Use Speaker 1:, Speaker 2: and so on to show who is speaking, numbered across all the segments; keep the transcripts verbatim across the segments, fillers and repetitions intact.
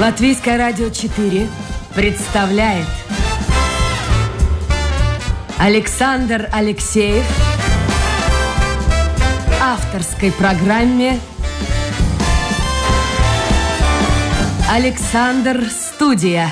Speaker 1: Латвийское радио четыре представляет Александр Алексеев в авторской программе «Александр Студия».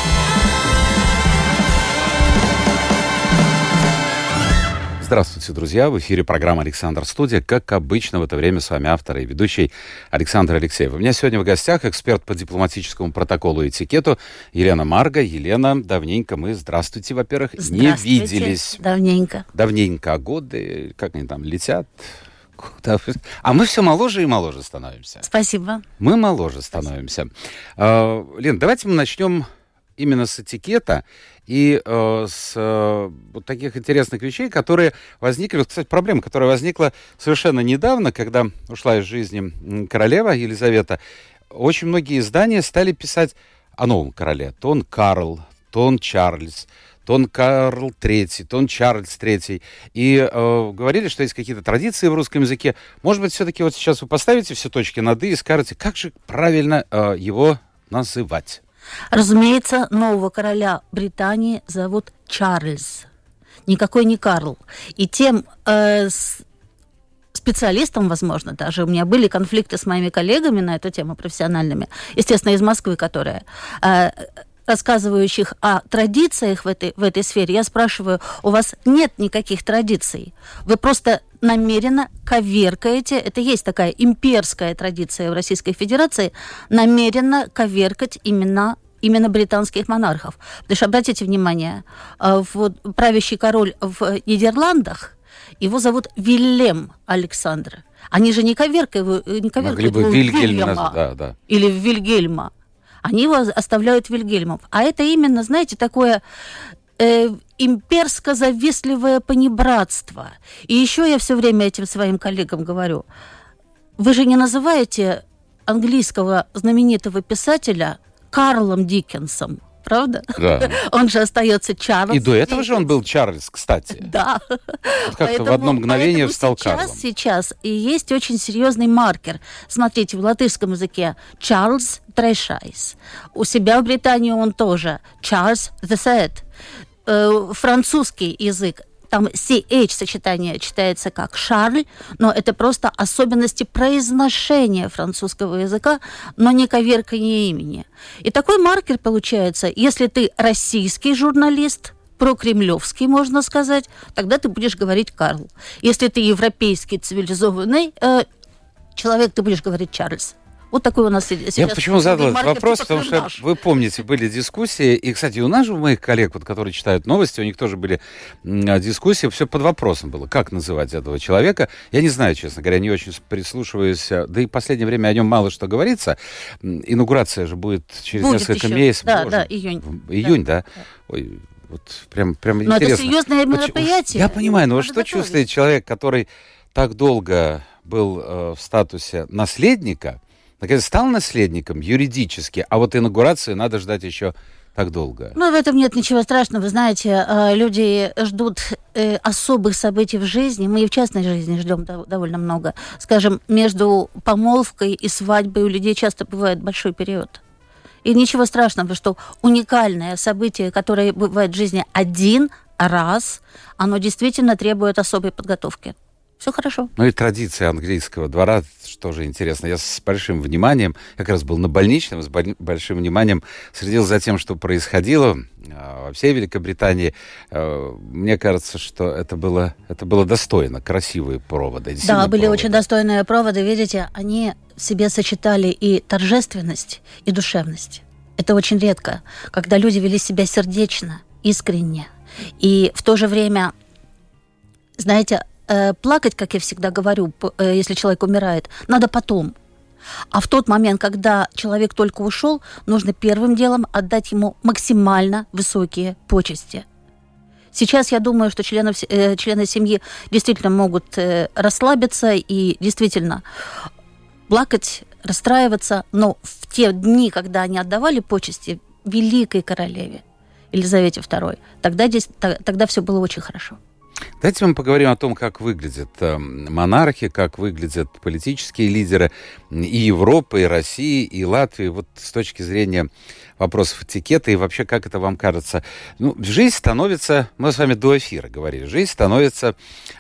Speaker 2: Здравствуйте, друзья! В эфире программа «Александр Студия». Как обычно, в это время с вами автор и ведущий Александр Алексеев. У меня сегодня в гостях эксперт по дипломатическому протоколу и этикету Елена Марга. Елена, давненько мы, здравствуйте, во-первых, не виделись.
Speaker 3: Давненько.
Speaker 2: Давненько, а годы, как они там летят? Куда? А мы все моложе и моложе становимся.
Speaker 3: Спасибо.
Speaker 2: Мы моложе становимся. А, Лен, давайте мы начнем именно с этикета и э, с э, вот таких интересных вещей, которые возникли. Вот, кстати, проблема, которая возникла совершенно недавно, когда ушла из жизни королева Елизавета. Очень многие издания стали писать о новом короле. То он Карл, то он Чарльз, то он Карл третий, то он Чарльз третий. И э, говорили, что есть какие-то традиции в русском языке. Может быть, все-таки вот сейчас вы поставите все точки над «и» и скажете, как же правильно э, его называть?
Speaker 3: Разумеется, нового короля Британии зовут Чарльз. Никакой не Карл. И тем э, с, специалистам, возможно, даже у меня были конфликты с моими коллегами на эту тему профессиональными, естественно, из Москвы, которые... Э, рассказывающих о традициях в этой, в этой сфере, я спрашиваю, у вас нет никаких традиций? Вы просто намеренно коверкаете, это есть такая имперская традиция в Российской Федерации, намеренно коверкать имена именно британских монархов. Потому что, обратите внимание, вот правящий король в Нидерландах, его зовут Вильгельм Александр. Они же не коверкают, не коверкают его Вильгельма да, да. или Вильгельма. Они его оставляют Вильгельмом. А это именно, знаете, такое э, имперско-завистливое понебратство. И еще я все время этим своим коллегам говорю, вы же не называете английского знаменитого писателя Карлом Диккенсом, правда?
Speaker 2: Да.
Speaker 3: Он же остается Чарльзом.
Speaker 2: И до этого же он был Чарльз, кстати.
Speaker 3: Да.
Speaker 2: Вот как-то поэтому, в одно мгновение стал
Speaker 3: сейчас,
Speaker 2: Карлом.
Speaker 3: Сейчас и есть очень серьезный маркер. Смотрите, в латышском языке Чарльз Трешайс. У себя в Британии он тоже Чарльз the Third. Французский язык. Там си эйч сочетание читается как Шарль, но это просто особенности произношения французского языка, но не коверкание имени. И такой маркер получается, если ты российский журналист, прокремлевский, можно сказать, тогда ты будешь говорить Карл. Если ты европейский цивилизованный э, человек, ты будешь говорить Чарльз. Вот такой у нас сейчас...
Speaker 2: Я почему задал этот вопрос, потому что наш. Вы помните, были дискуссии, и, кстати, у нас же, у моих коллег, вот, которые читают новости, у них тоже были м, дискуссии, все под вопросом было, как называть этого человека. Я не знаю, честно говоря, не очень прислушиваюсь, да и в последнее время о нем мало что говорится. Инаугурация же будет через будет несколько еще. месяцев.
Speaker 3: Да,
Speaker 2: Боже,
Speaker 3: да, июнь.
Speaker 2: Июнь, да?
Speaker 3: да?
Speaker 2: Ой, вот прям, прям
Speaker 3: но
Speaker 2: интересно.
Speaker 3: Это серьезное мероприятие.
Speaker 2: Я понимаю, но вот что
Speaker 3: готовить.
Speaker 2: чувствует человек, который так долго был э, в статусе наследника, наконец, стал наследником юридически, а вот инаугурацию надо ждать еще так долго.
Speaker 3: Ну, в этом нет ничего страшного. Вы знаете, люди ждут особых событий в жизни. Мы и в частной жизни ждем довольно много. Скажем, между помолвкой и свадьбой у людей часто бывает большой период. И ничего страшного, что уникальное событие, которое бывает в жизни один раз, оно действительно требует особой подготовки. Все хорошо.
Speaker 2: Ну и традиции английского двора, что же интересно. Я с большим вниманием, я как раз был на больничном, с большим вниманием следил за тем, что происходило во всей Великобритании. Мне кажется, что это было, это было достойно, красивые проводы.
Speaker 3: Да, были
Speaker 2: проводы.
Speaker 3: очень достойные проводы. Видите, они в себе сочетали и торжественность, и душевность. Это очень редко, когда люди вели себя сердечно, искренне. И в то же время, знаете, плакать, как я всегда говорю, если человек умирает, надо потом. А в тот момент, когда человек только ушел, нужно первым делом отдать ему максимально высокие почести. Сейчас я думаю, что членов, э, члены семьи действительно могут э, расслабиться и действительно плакать, расстраиваться, но в те дни, когда они отдавали почести великой королеве Елизавете второй, тогда, здесь, тогда все было очень хорошо.
Speaker 2: Давайте мы поговорим о том, как выглядят э, монархи, как выглядят политические лидеры и Европы, и России, и Латвии, вот с точки зрения вопросов этикета, и вообще, как это вам кажется. Ну, жизнь становится, мы с вами до эфира говорили, жизнь становится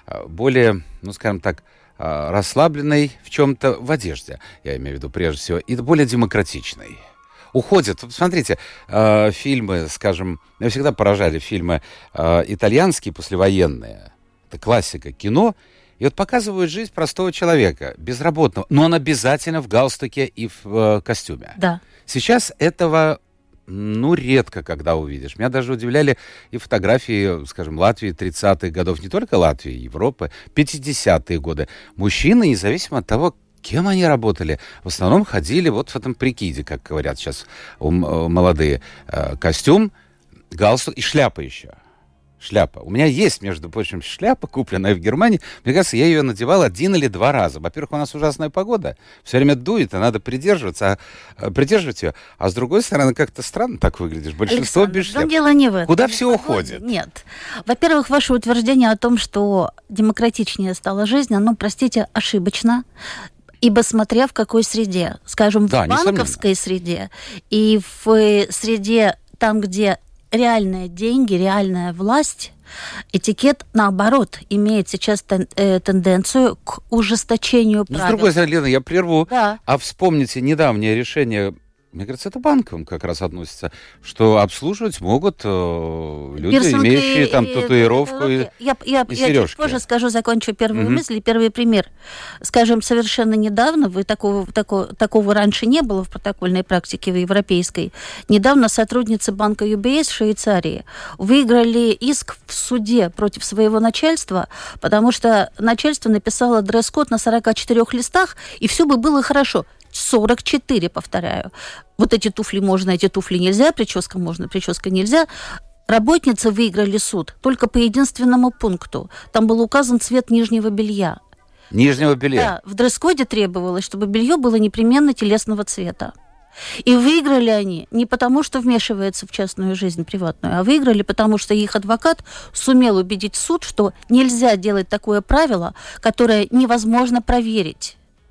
Speaker 2: более, ну, скажем так, расслабленной в чем-то, в одежде, я имею в виду прежде всего, и более демократичной. Уходят. Смотрите, э, фильмы, скажем, меня всегда поражали фильмы э, итальянские, послевоенные. Это классика кино. И вот показывают жизнь простого человека, безработного. Но он обязательно в галстуке и в э, костюме.
Speaker 3: Да.
Speaker 2: Сейчас этого, ну, редко когда увидишь. Меня даже удивляли и фотографии, скажем, Латвии тридцатых годов. Не только Латвии, Европы. пятидесятые годы. Мужчины, независимо от того, кем они работали, в основном ходили вот в этом прикиде, как говорят сейчас молодые. Костюм, галстук и шляпа еще. Шляпа. У меня есть, между прочим, шляпа, купленная в Германии. Мне кажется, я ее надевал один или два раза. Во-первых, у нас ужасная погода. Все время дует, и надо придерживаться, а, придерживать ее. А с другой стороны, как-то странно так выглядишь. Большинство
Speaker 3: Александр,
Speaker 2: без шляп.
Speaker 3: дело не в этом.
Speaker 2: Куда все уходит?
Speaker 3: Нет. Во-первых, ваше утверждение о том, что демократичнее стала жизнь, оно, простите, ошибочно. Ибо смотря в какой среде, скажем, да, в банковской среде и в среде там, где реальные деньги, реальная власть, этикет, наоборот, имеет сейчас тен, э, тенденцию к ужесточению правил.
Speaker 2: Но с другой стороны, Лена, я прерву.
Speaker 3: Да.
Speaker 2: А вспомните недавнее решение, мне кажется, это банкам как раз относится, что обслуживать могут э, люди, Пирсинг имеющие и, там и, татуировку и, и,
Speaker 3: я, я,
Speaker 2: и
Speaker 3: я чуть позже скажу, закончу первую mm-hmm. мысль и первый пример. Скажем, совершенно недавно, вы такого, такого, такого раньше не было в протокольной практике в европейской, недавно сотрудницы банка ю би эс в Швейцарии выиграли иск в суде против своего начальства, потому что начальство написало дресс-код на сорока четырёх листах, и все бы было хорошо. сорок четыре, повторяю. Вот эти туфли можно, эти туфли нельзя, прическа можно, прическа нельзя. Работницы выиграли суд только по единственному пункту. Там был указан цвет нижнего белья.
Speaker 2: Нижнего белья?
Speaker 3: Да, в дресс-коде требовалось, чтобы белье было непременно телесного цвета. И выиграли они не потому, что вмешивается в частную жизнь приватную, а выиграли, потому что их адвокат сумел убедить суд, что нельзя делать такое правило, которое невозможно проверить.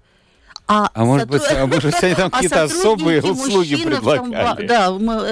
Speaker 3: А,
Speaker 2: а может быть, а может, они там какие-то особые услуги предлагали?
Speaker 3: Да,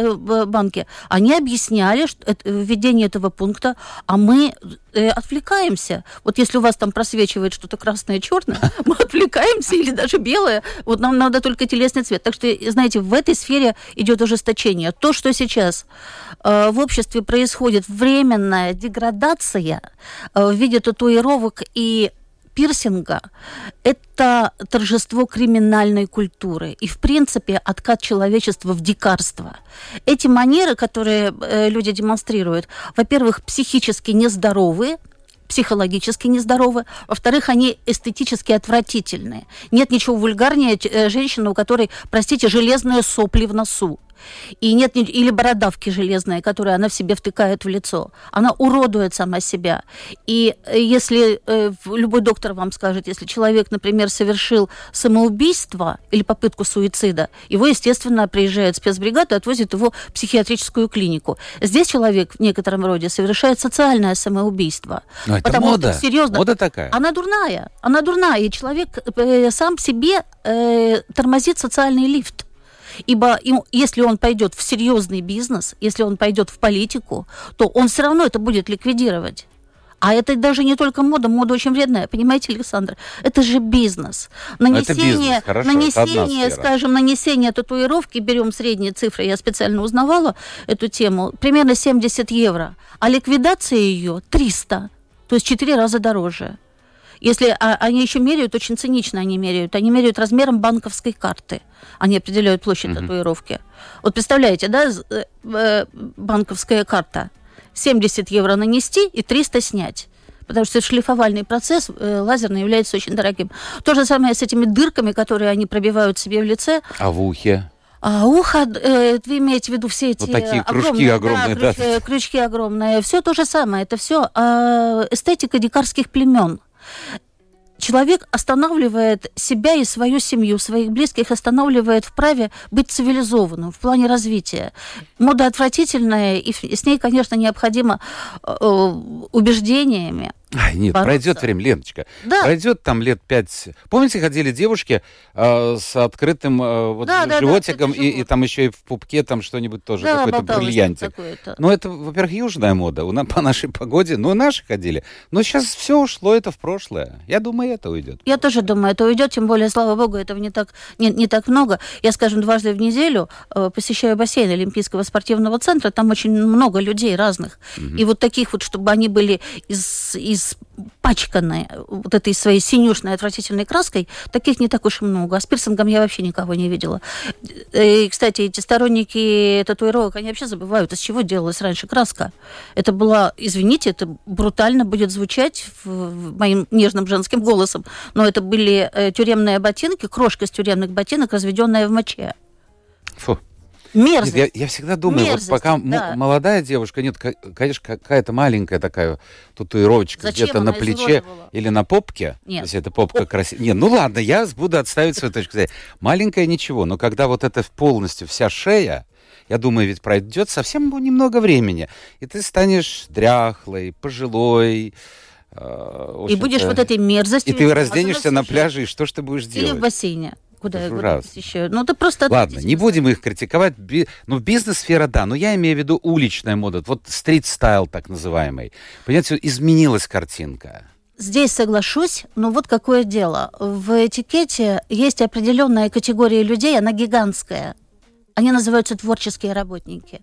Speaker 3: в банке. Они объясняли что это, введение этого пункта, а мы э, отвлекаемся. Вот если у вас там просвечивает что-то красное, черное, мы отвлекаемся, или даже белое, вот нам надо только телесный цвет. Так что, знаете, в этой сфере идет ужесточение. То, что сейчас э, в обществе происходит временная деградация э, в виде татуировок и пирсинга – это торжество криминальной культуры и, в принципе, откат человечества в дикарство. Эти манеры, которые э, люди демонстрируют, во-первых, психически нездоровые, психологически нездоровы, во-вторых, они эстетически отвратительные. Нет ничего вульгарнее э, женщины, у которой, простите, железные сопли в носу. И нет, или бородавки железные, которые она в себе втыкает в лицо. Она уродует сама себя. И если э, любой доктор вам скажет, если человек, например, совершил самоубийство или попытку суицида, его, естественно, приезжает спецбригада и отвозит его в психиатрическую клинику. Здесь человек в некотором роде совершает социальное самоубийство.
Speaker 2: Но это мода.
Speaker 3: Что, серьезно,
Speaker 2: мода такая.
Speaker 3: Она дурная. Она дурная. И человек э, сам себе э, тормозит социальный лифт. Ибо если он пойдет в серьезный бизнес, если он пойдет в политику, то он все равно это будет ликвидировать. А это даже не только мода, мода очень вредная, понимаете, Александр? Это же бизнес. Нанесение,
Speaker 2: это бизнес, хорошо,
Speaker 3: нанесение это скажем, нанесение татуировки, берем средние цифры, я специально узнавала эту тему, примерно семьдесят евро, а ликвидация ее триста, то есть четыре раза дороже. Если а, они еще меряют, очень цинично они меряют. Они меряют размером банковской карты. Они определяют площадь mm-hmm. татуировки. Вот представляете, да, э, банковская карта. семьдесят евро нанести и триста снять. Потому что шлифовальный процесс э, лазерный является очень дорогим. То же самое с этими дырками, которые они пробивают себе в лице.
Speaker 2: А в ухе?
Speaker 3: А ухо, э, вы имеете в виду все эти...
Speaker 2: Вот такие кружки огромные.
Speaker 3: Да, крючки, да. крючки огромные. Все то же самое. Это все э, эстетика дикарских племен. человек останавливает себя и свою семью, своих близких останавливает в праве быть цивилизованным в плане развития. Мода отвратительная, и с ней, конечно, необходимо э, убеждениями.
Speaker 2: Ай, нет, бороться. Пройдет время, Леночка.
Speaker 3: Да.
Speaker 2: Пройдет там лет пять. Помните, ходили девушки э, с открытым э, вот,
Speaker 3: да, да,
Speaker 2: животиком,
Speaker 3: да,
Speaker 2: и, и там еще и в пупке там что-нибудь тоже,
Speaker 3: да,
Speaker 2: какой-то бриллиантик. Ну, это, во-первых, южная мода. У нас по нашей погоде, ну, наши ходили. Но сейчас все ушло это в прошлое. Я думаю, это уйдет.
Speaker 3: Я тоже думаю, это уйдет, тем более, слава богу, этого не так, не, не так много. Я, скажем, дважды в неделю э, посещаю бассейн Олимпийского спортивного центра. Там очень много людей разных. Угу. И вот таких вот, чтобы они были из... из пачканные вот этой своей синюшной отвратительной краской, таких не так уж и много. А с пирсингом я вообще никого не видела. И, кстати, эти сторонники татуировок, они вообще забывают, из чего делалась раньше краска. Это была, извините, это брутально будет звучать в, в моим нежным женским голосом, но это были э, тюремные ботинки, крошка из тюремных ботинок, разведенная в моче.
Speaker 2: Фу.
Speaker 3: Мерзость.
Speaker 2: Нет, я, я всегда думаю,
Speaker 3: Мерзость,
Speaker 2: вот пока
Speaker 3: да.
Speaker 2: м- молодая девушка, нет, конечно, какая-то маленькая такая татуировочка
Speaker 3: Зачем
Speaker 2: где-то
Speaker 3: она
Speaker 2: на плече
Speaker 3: изуродовала?
Speaker 2: или на попке,
Speaker 3: Нет.
Speaker 2: если эта попка красивая. Нет, ну ладно, я буду отставить свою точку зрения. Маленькая ничего, но когда вот это полностью вся шея, я думаю, ведь пройдет совсем немного времени, и ты станешь дряхлой, пожилой. Э,
Speaker 3: и будешь вот этой мерзостью.
Speaker 2: И ты разденешься на пляже, и что ж ты будешь делать?
Speaker 3: Или в бассейне. Куда я буду посещаю? Ну, это просто...
Speaker 2: Ладно, не будем их критиковать. Би... Ну, бизнес-сфера, да, но я имею в виду уличная мода. Вот стрит-стайл так называемый. Понимаете, изменилась картинка.
Speaker 3: Здесь соглашусь, но вот какое дело. В этикете есть определенная категория людей, она гигантская. Они называются творческие работники.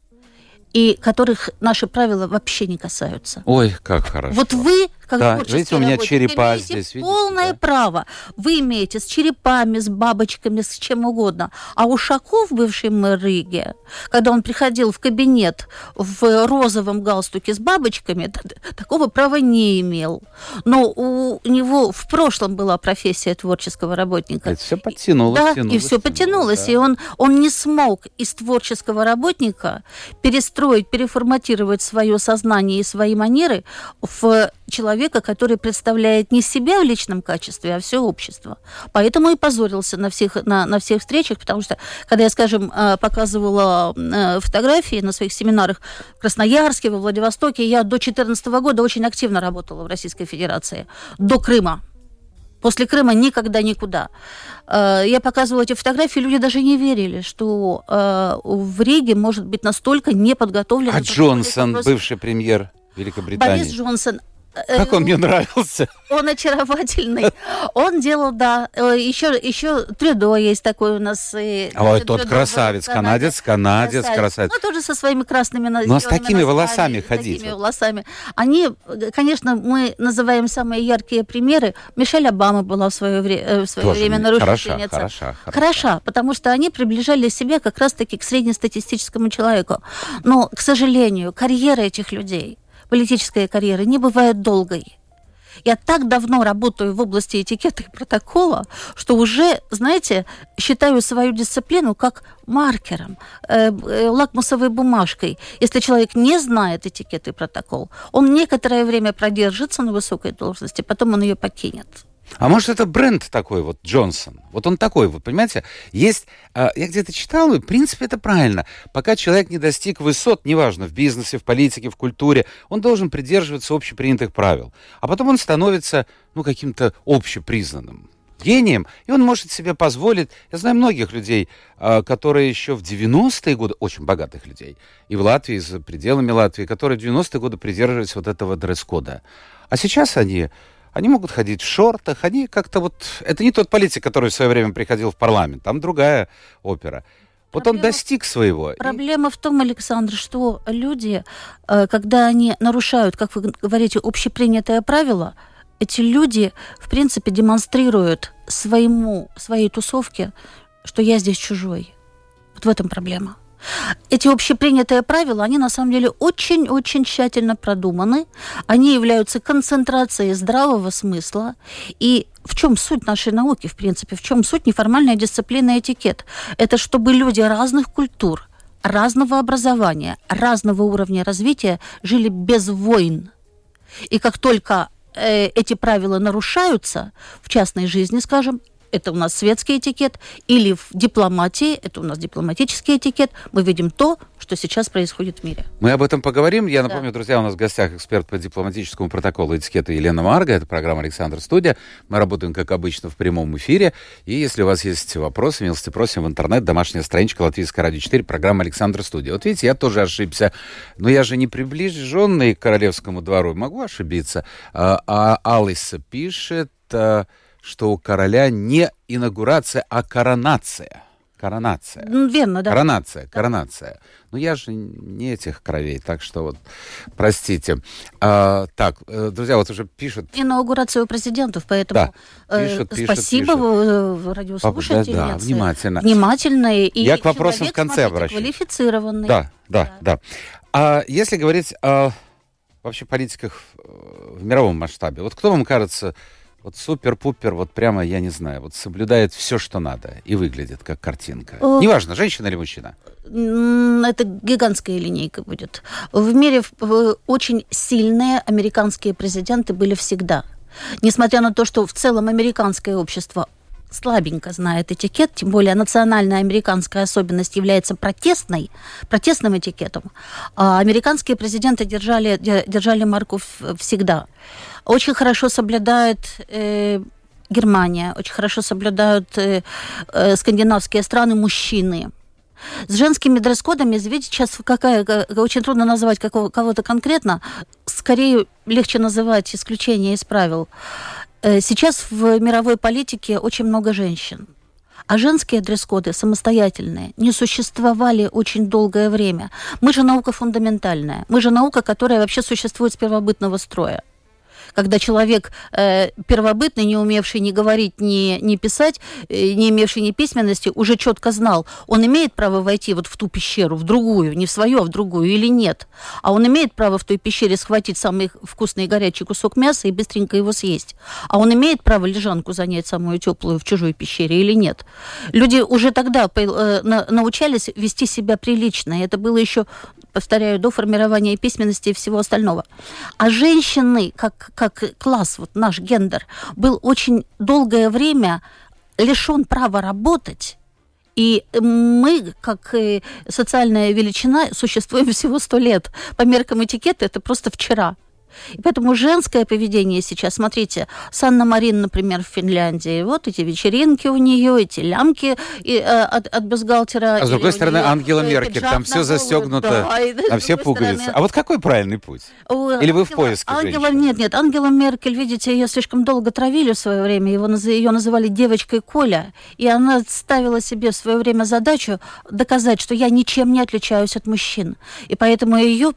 Speaker 3: И которых наши правила вообще не касаются.
Speaker 2: Ой, как хорошо.
Speaker 3: Вот вы, как
Speaker 2: да,
Speaker 3: творческие
Speaker 2: видите, у меня
Speaker 3: работники,
Speaker 2: черепа
Speaker 3: имеете
Speaker 2: здесь, видите,
Speaker 3: полное
Speaker 2: да?
Speaker 3: право. Вы имеете с черепами, с бабочками, с чем угодно. А Ушаков, бывший мэр Риги, когда он приходил в кабинет в розовом галстуке с бабочками, такого права не имел. Но у него в прошлом была профессия творческого работника.
Speaker 2: Это все подтянулось.
Speaker 3: Да,
Speaker 2: тянулось,
Speaker 3: и все подтянулось.
Speaker 2: да.
Speaker 3: И он, он не смог из творческого работника перестроить, переформатировать свое сознание и свои манеры в человека, который представляет не себя в личном качестве, а все общество. Поэтому и позорился на всех, на, на всех встречах, потому что, когда я, скажем, показывала фотографии на своих семинарах в Красноярске, во Владивостоке, я до две тысячи четырнадцатого года очень активно работала в Российской Федерации, до Крыма. После Крыма никогда никуда. Я показывала эти фотографии, люди даже не верили, что в Риге может быть настолько неподготовленный...
Speaker 2: А Джонсон, бывший премьер Великобритании?
Speaker 3: Борис Джонсон...
Speaker 2: Как он мне нравился.
Speaker 3: Он очаровательный. Он делал, да. Еще, еще Трюдо есть такой у нас.
Speaker 2: Ой, тот красавец, канадец, канадец, красавец.
Speaker 3: Ну, тоже со своими красными ноздрями.
Speaker 2: Но с такими волосами ходить.
Speaker 3: С такими волосами. Они, конечно, мы называем самые яркие примеры. Мишель Обама была в свое, вре- в свое время нарушительница.
Speaker 2: Хороша, хороша,
Speaker 3: хороша, потому что они приближали себя как раз-таки к среднестатистическому человеку. Но, к сожалению, карьера этих людей, политическая карьера не бывает долгой. Я так давно работаю в области этикета и протокола, что уже, знаете, считаю свою дисциплину как маркером, э, э, лакмусовой бумажкой. Если человек не знает этикет и протокол, он некоторое время продержится на высокой должности, потом он ее покинет.
Speaker 2: А может, это бренд такой, вот, Джонсон? Вот он такой, вот, понимаете? Есть, э, я где-то читал, и, в принципе, это правильно. Пока человек не достиг высот, неважно, в бизнесе, в политике, в культуре, он должен придерживаться общепринятых правил. А потом он становится, ну, каким-то общепризнанным гением, и он может себе позволить... Я знаю многих людей, э, которые еще в девяностые годы, очень богатых людей, и в Латвии, и за пределами Латвии, которые в девяностые годы придерживались вот этого дресс-кода. А сейчас они... Они могут ходить в шортах, они как-то вот... Это не тот политик, который в свое время приходил в парламент, там другая опера. Вот проблема, он достиг своего.
Speaker 3: Проблема и... в том, Александр, что люди, когда они нарушают, как вы говорите, общепринятое правило, эти люди, в принципе, демонстрируют своему, своей тусовке, что я здесь чужой. Вот в этом проблема. Эти общепринятые правила, они на самом деле очень-очень тщательно продуманы. Они являются концентрацией здравого смысла. И в чем суть нашей науки, в принципе? В чем суть неформальной дисциплины этикет? Это чтобы люди разных культур, разного образования, разного уровня развития жили без войн. И как только э, эти правила нарушаются в частной жизни, скажем, это у нас светский этикет, или в дипломатии, это у нас дипломатический этикет, мы видим то, что сейчас происходит в мире.
Speaker 2: Мы об этом поговорим. Я напомню,
Speaker 3: да.
Speaker 2: друзья, у нас в гостях эксперт по дипломатическому протоколу и этикету Елена Марга. Это программа «Александр Студия». Мы работаем, как обычно, в прямом эфире. И если у вас есть вопросы, милости просим в интернет, домашняя страничка Латвийское радио четыре, программа «Александр Студия». Вот видите, я тоже ошибся. Но я же не приближенный к королевскому двору. Могу ошибиться. А, а Алиса пишет... что у короля не инаугурация, а коронация. Коронация.
Speaker 3: Верно, да.
Speaker 2: Коронация, коронация. Но я же не этих кровей, так что вот, простите. А, так, друзья, вот уже пишут...
Speaker 3: Инаугурацию президентов, поэтому
Speaker 2: да, пишут,
Speaker 3: э,
Speaker 2: пишут,
Speaker 3: спасибо
Speaker 2: пишут.
Speaker 3: радиослушательнице.
Speaker 2: Да, да, внимательно.
Speaker 3: Внимательные. И
Speaker 2: я к вопросам в конце
Speaker 3: смотрите,
Speaker 2: обращаюсь.
Speaker 3: Квалифицированный.
Speaker 2: Да, да, да. да. А если говорить о вообще политиках в мировом масштабе, вот кто вам кажется... Вот супер-пупер, вот прямо, я не знаю, вот соблюдает все, что надо, и выглядит как картинка. О, неважно, женщина или мужчина.
Speaker 3: Это гигантская линейка будет. В мире очень сильные американские президенты были всегда. Несмотря на то, что в целом американское общество слабенько знает этикет, тем более национальная американская особенность является протестной, протестным этикетом. А американские президенты держали, держали марку всегда. Очень хорошо соблюдает э, Германия, очень хорошо соблюдают э, э, скандинавские страны мужчины. С женскими дресс-кодами, видите, сейчас какая, очень трудно назвать какого, кого-то конкретно, скорее легче называть исключения из правил. Сейчас в мировой политике очень много женщин. А женские дресс-коды самостоятельные не существовали очень долгое время. Мы же наука фундаментальная. Мы же наука, которая вообще существует с первобытного строя. Когда человек э, первобытный, не умевший ни говорить, ни, ни писать, э, не имевший ни письменности, уже четко знал, он имеет право войти вот в ту пещеру, в другую, не в свою, а в другую, или нет. А он имеет право в той пещере схватить самый вкусный и горячий кусок мяса и быстренько его съесть. А он имеет право лежанку занять самую теплую в чужой пещере или нет. Люди уже тогда э, на, научались вести себя прилично. И это было еще, повторяю, до формирования письменности и всего остального. А женщины, как как класс, вот наш гендер, был очень долгое время лишен права работать. И мы, как социальная величина, существуем всего сто лет. По меркам этикета это просто вчера. И поэтому женское поведение сейчас, смотрите, Санна-Марин, например, в Финляндии, вот эти вечеринки у нее, эти лямки и, э, от, от бюстгальтера.
Speaker 2: А с другой стороны, Ангела Меркель, там все застегнуто да, на все пуговицы. Стороны... А вот какой правильный путь? О, Или вы Ангела, в поиске
Speaker 3: Ангела,
Speaker 2: женщин?
Speaker 3: Нет, нет, Ангела Меркель, видите, ее слишком долго травили в свое время, его, ее называли девочкой Коля, и она ставила себе в свое время задачу доказать, что я ничем не отличаюсь от мужчин. И поэтому ее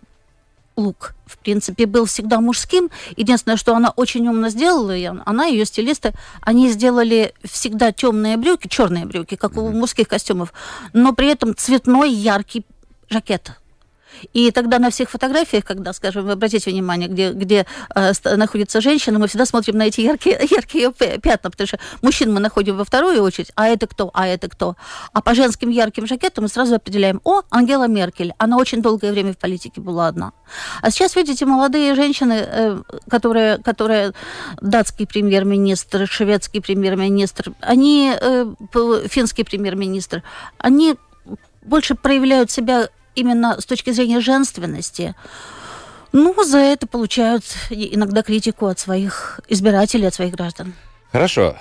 Speaker 3: лук, в принципе, был всегда мужским. Единственное, что она очень умно сделала, и она и ее стилисты, они сделали всегда темные брюки, черные брюки, как у мужских костюмов, но при этом цветной яркий жакет. И тогда на всех фотографиях, когда, скажем, вы обратите внимание, где, где э, находится женщина, мы всегда смотрим на эти яркие, яркие пятна, потому что мужчин мы находим во вторую очередь, а это кто, а это кто. А по женским ярким жакетам мы сразу определяем, о, Ангела Меркель, она очень долгое время в политике была одна. А сейчас, видите, молодые женщины, э, которые, которые датский премьер-министр, шведский премьер-министр, они, э, финский премьер-министр, они больше проявляют себя именно с точки зрения женственности, ну, за это получают иногда критику от своих избирателей, от своих граждан.
Speaker 2: Хорошо.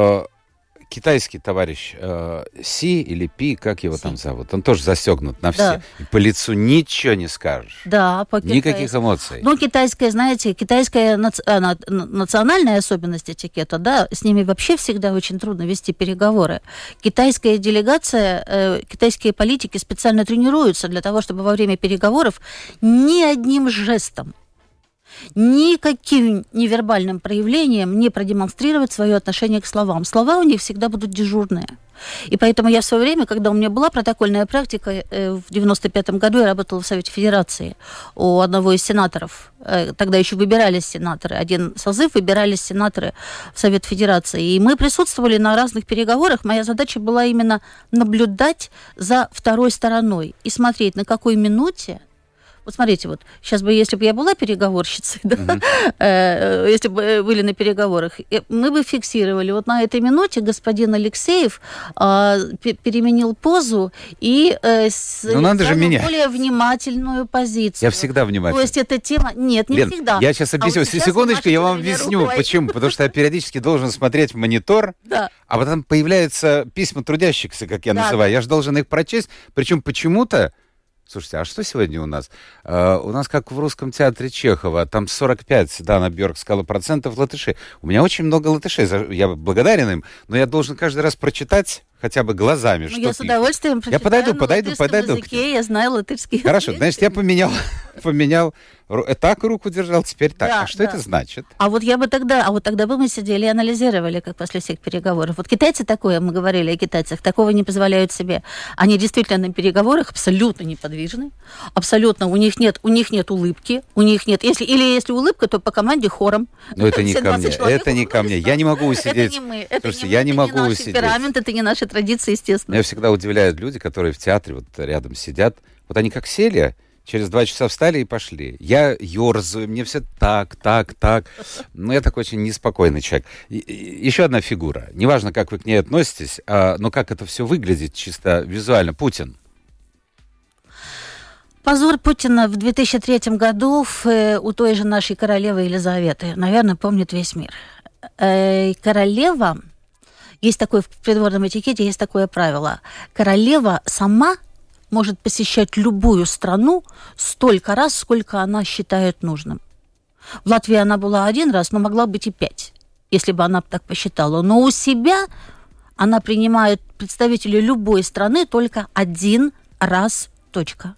Speaker 2: Китайский товарищ э, Си или Пи, как его Си. Там зовут, он тоже застегнут на все. Да. И по лицу ничего не скажешь.
Speaker 3: Да, по
Speaker 2: никаких эмоций.
Speaker 3: Ну, китайская, знаете, китайская наци... национальная особенность этикета, да, с ними вообще всегда очень трудно вести переговоры. Китайская делегация, э, китайские политики специально тренируются для того, чтобы во время переговоров ни одним жестом, никаким невербальным проявлением не продемонстрировать свое отношение к словам. Слова у них всегда будут дежурные. И поэтому я в свое время, когда у меня была протокольная практика, э, в девяносто пятом году я работала в Совете Федерации у одного из сенаторов. Э, тогда еще выбирались сенаторы. Один созыв выбирались сенаторы в Совет Федерации. И мы присутствовали на разных переговорах. Моя задача была именно наблюдать за второй стороной и смотреть, на какой минуте Вот смотрите, вот сейчас бы, если бы я была переговорщицей, да,
Speaker 2: Мгм.
Speaker 3: э, если бы были на переговорах, э, мы бы фиксировали. Вот на этой минуте господин Алексеев а, пе- переменил позу и э, с-
Speaker 2: Ну, надо же
Speaker 3: занял
Speaker 2: менять.
Speaker 3: более внимательную позицию.
Speaker 2: Я всегда внимательный.
Speaker 3: То есть эта тема... Нет, не
Speaker 2: Лен,
Speaker 3: всегда.
Speaker 2: я сейчас
Speaker 3: А
Speaker 2: объясню.
Speaker 3: вот сейчас
Speaker 2: Секундочку,
Speaker 3: вы
Speaker 2: я вам
Speaker 3: машете
Speaker 2: объясню,
Speaker 3: рукой.
Speaker 2: почему. Потому что я периодически должен смотреть в монитор,
Speaker 3: Да.
Speaker 2: а потом появляются письма трудящихся, как я
Speaker 3: Да,
Speaker 2: называю. Я же должен их прочесть. Причем почему-то... Слушайте, а что сегодня у нас? Э, у нас, как в русском театре Чехова, там сорок пять, Дана Бьорк сказала, процентов латышей. У меня очень много латышей, за- я благодарен им, но я должен каждый раз прочитать хотя бы глазами,
Speaker 3: Ну,
Speaker 2: что
Speaker 3: я с
Speaker 2: пишут.
Speaker 3: удовольствием прочитаю.
Speaker 2: подойду,
Speaker 3: на
Speaker 2: подойду,
Speaker 3: латышском
Speaker 2: подойду к
Speaker 3: языке, я знаю латышский
Speaker 2: Хорошо,
Speaker 3: язык.
Speaker 2: значит, я поменял, поменял, ру- э, так руку держал, теперь так.
Speaker 3: Да,
Speaker 2: а что
Speaker 3: да.
Speaker 2: это значит?
Speaker 3: А вот я бы тогда, а вот тогда бы мы сидели и анализировали, как после всех переговоров. Вот китайцы такое, мы говорили о китайцах, такого не позволяют себе. Они действительно на переговорах абсолютно неподвижны, абсолютно, у них нет, у них нет улыбки, у них нет, если, или если улыбка, то по команде хором.
Speaker 2: Ну, это не
Speaker 3: Все
Speaker 2: ко мне,
Speaker 3: двадцать человек
Speaker 2: это не ко мне.
Speaker 3: улыбались,
Speaker 2: Я не могу
Speaker 3: да.
Speaker 2: усидеть.
Speaker 3: Это не мы, это
Speaker 2: Слушайте,
Speaker 3: не,
Speaker 2: я
Speaker 3: мы,
Speaker 2: не
Speaker 3: это
Speaker 2: могу
Speaker 3: не наш
Speaker 2: усидеть.
Speaker 3: темперамент, это не наши традиции, естественно.
Speaker 2: Меня всегда удивляют люди, которые в театре вот рядом сидят. Вот они как сели, через два часа встали и пошли. Я ерзаю, мне все так, так, так. Ну, я такой очень неспокойный человек. И- и- еще одна фигура. Неважно, как вы к ней относитесь, а, но как это все выглядит чисто визуально. Путин.
Speaker 3: Позор Путина в две тысячи третьем году в, э, у той же нашей королевы Елизаветы, наверное, помнит весь мир. Э, королева, есть такое в придворном этикете, есть такое правило. Королева сама может посещать любую страну столько раз, сколько она считает нужным. В Латвии она была один раз, но могла быть и пять, если бы она так посчитала. Но у себя она принимает представителей любой страны только один раз, точка.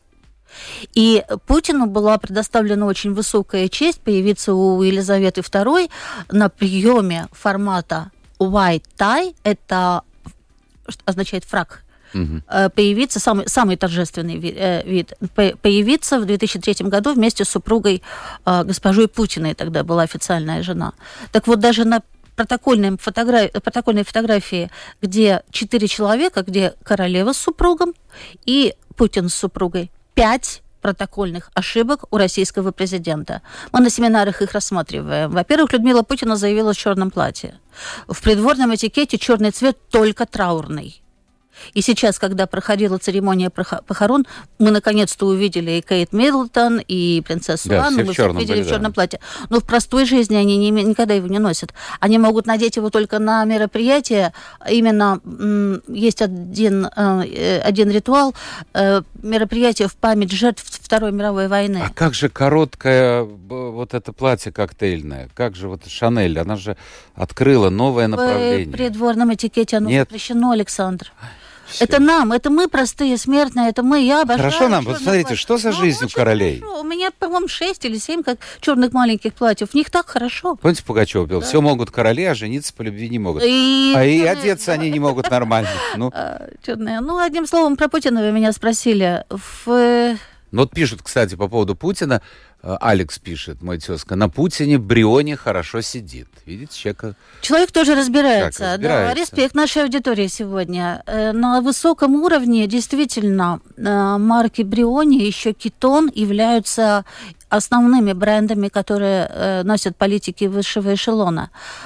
Speaker 3: И Путину была предоставлена очень высокая честь появиться у Елизаветы второй на приеме формата white tie, это что означает фрак,
Speaker 2: Мгм.
Speaker 3: э, появиться, самый, самый торжественный ви- э, вид, по- появиться в две тысячи третьем году вместе с супругой э, госпожой Путиной, тогда была официальная жена. Так вот, даже на протокольной, фотогра... протокольной фотографии, где четыре человека, где королева с супругом и Путин с супругой, пять протокольных ошибок у российского президента. Мы на семинарах их рассматриваем. Во-первых, Людмила Путина заявила в черном платье. В придворном этикете черный цвет только траурный. И сейчас, когда проходила церемония прохо- похорон, мы наконец-то увидели и Кейт Миддлтон, и принцессу
Speaker 2: Да,
Speaker 3: Анну,
Speaker 2: все в
Speaker 3: мы
Speaker 2: черном
Speaker 3: всех видели
Speaker 2: были,
Speaker 3: в черном
Speaker 2: да.
Speaker 3: платье. Но в простой жизни они не, име- никогда его не носят. Они могут надеть его только на мероприятие. Именно м, есть один, э, один ритуал, э, мероприятие в память жертв Второй мировой войны.
Speaker 2: А как же короткое б- вот это платье коктейльное? Как же вот Шанель? Она же открыла новое
Speaker 3: В
Speaker 2: направление.
Speaker 3: придворном этикете оно
Speaker 2: Нет.
Speaker 3: запрещено, Александр.
Speaker 2: Всё.
Speaker 3: Это нам, это мы простые смертные, это мы, я обожаю.
Speaker 2: Хорошо нам, вот
Speaker 3: чёрное
Speaker 2: смотрите,
Speaker 3: платье.
Speaker 2: что за
Speaker 3: Ну,
Speaker 2: жизнь у
Speaker 3: очень
Speaker 2: королей?
Speaker 3: хорошо. У меня, по-моему, шесть или семь как черных маленьких платьев. В них так хорошо.
Speaker 2: Помните, Пугачев пел? Все могут короли, а жениться по любви не могут.
Speaker 3: И
Speaker 2: А и
Speaker 3: чёрные-
Speaker 2: одеться они не могут нормально. Ну,
Speaker 3: А, чёрные. Ну, одним словом, про Путина вы меня спросили. В... э,
Speaker 2: ну вот пишут, кстати, по поводу Путина. э, Алекс пишет, мой тезка, на Путине Брионе хорошо сидит. Видите, человека...
Speaker 3: Человек тоже разбирается.
Speaker 2: Так, разбирается.
Speaker 3: Да, респект нашей аудитории сегодня. Э, На высоком уровне действительно э, марки Бриони, еще Китон являются основными брендами, которые э, носят политики высшего эшелона.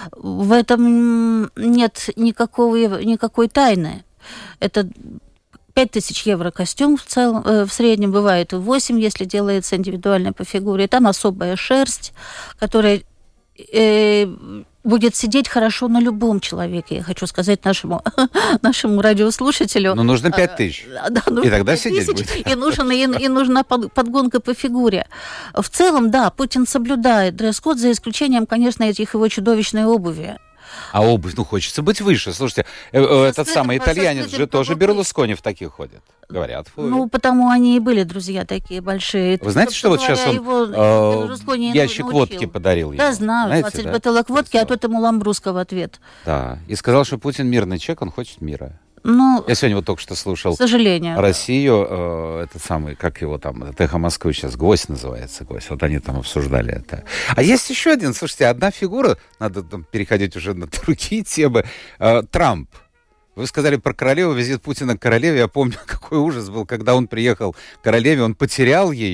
Speaker 3: В этом нет никакого, никакой тайны. Это пять тысяч евро костюм в целом, э, в среднем, бывает и восемь, если делается индивидуально по фигуре. Там особая шерсть, которая э, будет сидеть хорошо на любом человеке, я хочу сказать нашему, нашему радиослушателю.
Speaker 2: Ну, нужно пять тысяч.
Speaker 3: Да, нужно
Speaker 2: И тогда
Speaker 3: пять
Speaker 2: сидеть
Speaker 3: тысяч,
Speaker 2: будет.
Speaker 3: И, нужен, и, и нужна под- подгонка по фигуре. В целом, да, Путин соблюдает дресс-код, за исключением, конечно, этих его чудовищной обуви.
Speaker 2: А обувь, ну, хочется быть выше. Слушайте, э, э, этот
Speaker 3: скрытым-
Speaker 2: самый
Speaker 3: со
Speaker 2: итальянец
Speaker 3: скрытым
Speaker 2: же тоже
Speaker 3: каблуком.
Speaker 2: Берлускони в таких ходит. Говорят. фу.
Speaker 3: Ну, потому они и были друзья такие большие.
Speaker 2: Вы знаете, что вот
Speaker 3: Собственно
Speaker 2: сейчас он
Speaker 3: говоря, его
Speaker 2: э,
Speaker 3: Берлускони
Speaker 2: ящик
Speaker 3: научил.
Speaker 2: водки подарил ему?
Speaker 3: Да, знаю,
Speaker 2: Знаете,
Speaker 3: двадцать
Speaker 2: да?
Speaker 3: бутылок водки, а
Speaker 2: Красиво.
Speaker 3: тот ему ламбруска в ответ.
Speaker 2: Да, и сказал, что Путин мирный человек, он хочет мира.
Speaker 3: Ну,
Speaker 2: Я сегодня вот только что
Speaker 3: к
Speaker 2: слушал
Speaker 3: сожалению.
Speaker 2: Россию, э, этот самый, как его там, это «Эхо Москвы» сейчас, «Гвоздь» называется, «Гвоздь», вот они там обсуждали это. А есть еще один, слушайте, одна фигура, надо там переходить уже на другие темы, э, Трамп. Вы сказали про королеву, визит Путина к королеве, я помню, какой ужас был, когда он приехал к королеве, он потерял ее,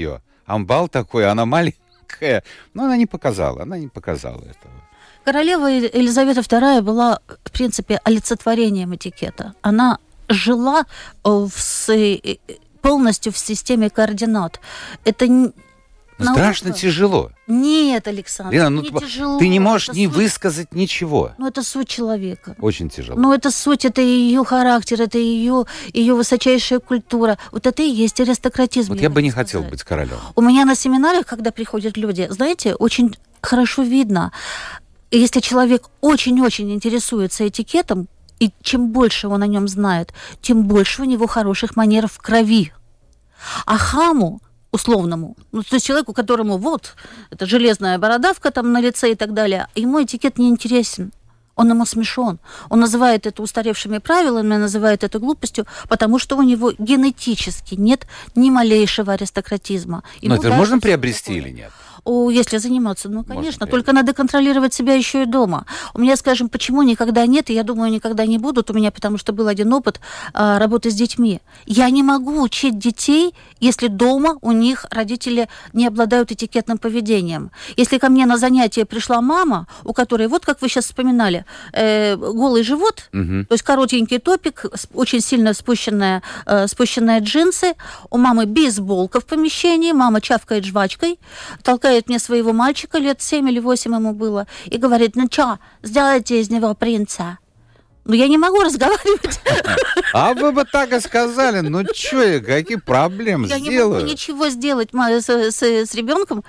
Speaker 2: амбал такой, она маленькая. Но она не показала, она не показала этого.
Speaker 3: Королева Елизавета вторая была, в принципе, олицетворением этикета. Она жила в, полностью в системе координат. Это не...
Speaker 2: Страшно наука. Тяжело.
Speaker 3: Нет, Александр,
Speaker 2: Лена, ну,
Speaker 3: не тяжело.
Speaker 2: Ты не можешь
Speaker 3: это
Speaker 2: не
Speaker 3: суть...
Speaker 2: высказать ничего.
Speaker 3: Ну, это суть человека.
Speaker 2: Очень тяжело.
Speaker 3: Ну, это суть, это ее характер, это ее, ее высочайшая культура. Вот это и есть аристократизм.
Speaker 2: Вот я, я бы не
Speaker 3: сказать.
Speaker 2: хотел быть королем.
Speaker 3: У меня на семинарах, когда приходят люди, знаете, очень хорошо видно, если человек очень-очень интересуется этикетом, и чем больше он о нем знает, тем больше у него хороших манер в крови. А хаму, условному, ну, то есть человеку, которому вот, это железная бородавка там на лице и так далее, ему этикет не интересен. Он ему смешон. Он называет это устаревшими правилами, называет это глупостью, потому что у него генетически нет ни малейшего аристократизма.
Speaker 2: Но это можно приобрести или нет?
Speaker 3: О, если заниматься, ну, конечно, только надо контролировать себя еще и дома. У меня, скажем, почему никогда нет, и я думаю, никогда не будут у меня, потому что был один опыт а, работы с детьми. Я не могу учить детей, если дома у них родители не обладают этикетным поведением. Если ко мне на занятие пришла мама, у которой, вот как вы сейчас вспоминали, э, голый живот, угу. то есть коротенький топик, очень сильно спущенные, э, спущенные джинсы, у мамы бейсболка в помещении, мама чавкает жвачкой, толкает мне своего мальчика, лет семь или восемь ему было, и говорит, ну что, сделайте из него принца. Ну, я не могу разговаривать.
Speaker 2: А вы бы так и сказали, ну что, какие проблемы сделаю?
Speaker 3: Я не могу ничего сделать с, с, с ребенком.